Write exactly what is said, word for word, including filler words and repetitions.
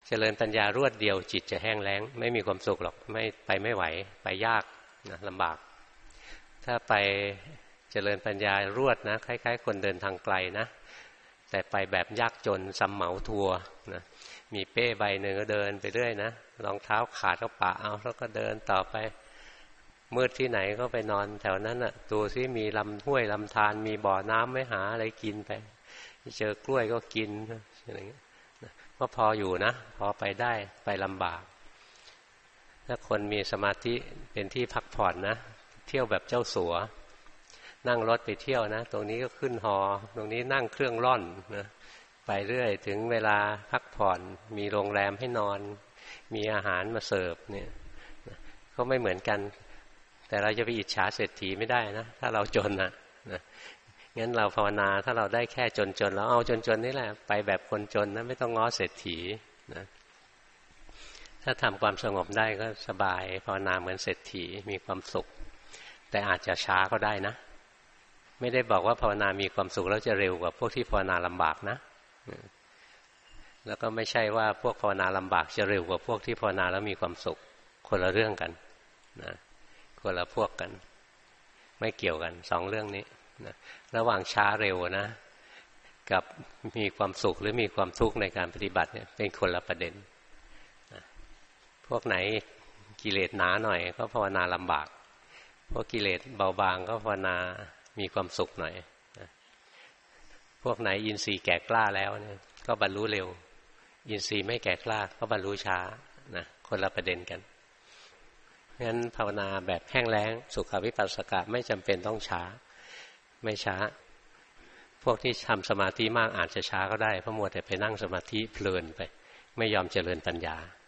เจริญปัญญารวดเดียวจิตจะแห้งแล้งไม่มีความสุขหรอกไม่ไปไม่ไหวไปยากนะลำบากถ้าไปเจริญปัญญารวดนะคล้ายๆคนเดินทางไกลนะแต่ไปแบบยากจนซ้ำเหมาทัวร์นะมีเป้ใบหนึ่งก็เดินไปเรื่อยนะรองเท้าขาดก็ปะเอาแล้วก็เดินต่อไปมืดที่ไหนก็ไปนอนแถวนั้นน่ะดูซิมีลำห้วยลำธารมีบ่อน้ำไม่หาอะไรกินไปเจอกล้วยก็กินอะไรอย่างเงี้ยก็พออยู่นะพอไปได้ไปลำบากถ้าคนมีสมาธิเป็นที่พักผ่อนนะเที่ยวแบบเจ้าสัวนั่งรถไปเที่ยวนะตรงนี้ก็ขึ้นฮอตรงนี้นั่งเครื่องร่อนนะไปเรื่อยถึงเวลาพักผ่อนมีโรงแรมให้นอนมีอาหารมาเสิร์ฟเนี่ยก็ไม่เหมือนกันแต่เราจะไปอิจฉาเศรษฐีไม่ได้นะถ้าเราจนนะนะงั้นเราภาวนาถ้าเราได้แค่จนๆแล้วเอาจนๆนี่แหละไปแบบคนจนนะไม่ต้องง้อเศรษฐีนะถ้าทำความสงบได้ก็สบายภาวนาเหมือนเศรษฐีมีความสุขแต่อาจจะช้าก็ได้นะไม่ได้บอกว่าภาวนามีความสุขแล้วจะเร็วกว่าพวกที่ภาวนาลำบากนะแล้วก็ไม่ใช่ว่าพวกภาวนาลำบากจะเร็วกว่าพวกที่ภาวนาแล้วมีความสุขคนละเรื่องกันนะคนละพวกกันไม่เกี่ยวกันสองเรื่องนี้นะระหว่างช้าเร็วนะกับมีความสุขหรือมีความทุกข์ในการปฏิบัติเนี่ยเป็นคนละประเด็นนะพวกไหนกิเลสหนาหน่อยก็ภาวนาลำบากพวกกิเลสเบาบางก็ภาวนามีความสุขหน่อยนะพวกไหนอินทรีย์แก่กล้าแล้วเนี่ยก็บรรลุเร็วอินทรีย์ไม่แก่กล้าก็บรรลุช้านะคนละประเด็นกันงั้นภาวนาแบบแห้งแล้งสุขวิปัสสกะไม่จำเป็นต้องช้าไม่ช้าพวกที่ทำสมาธิมากอาจจะช้าก็ได้เพราะมัวแต่ไปนั่งสมาธิเพลินไปไม่ยอมเจริญปัญญา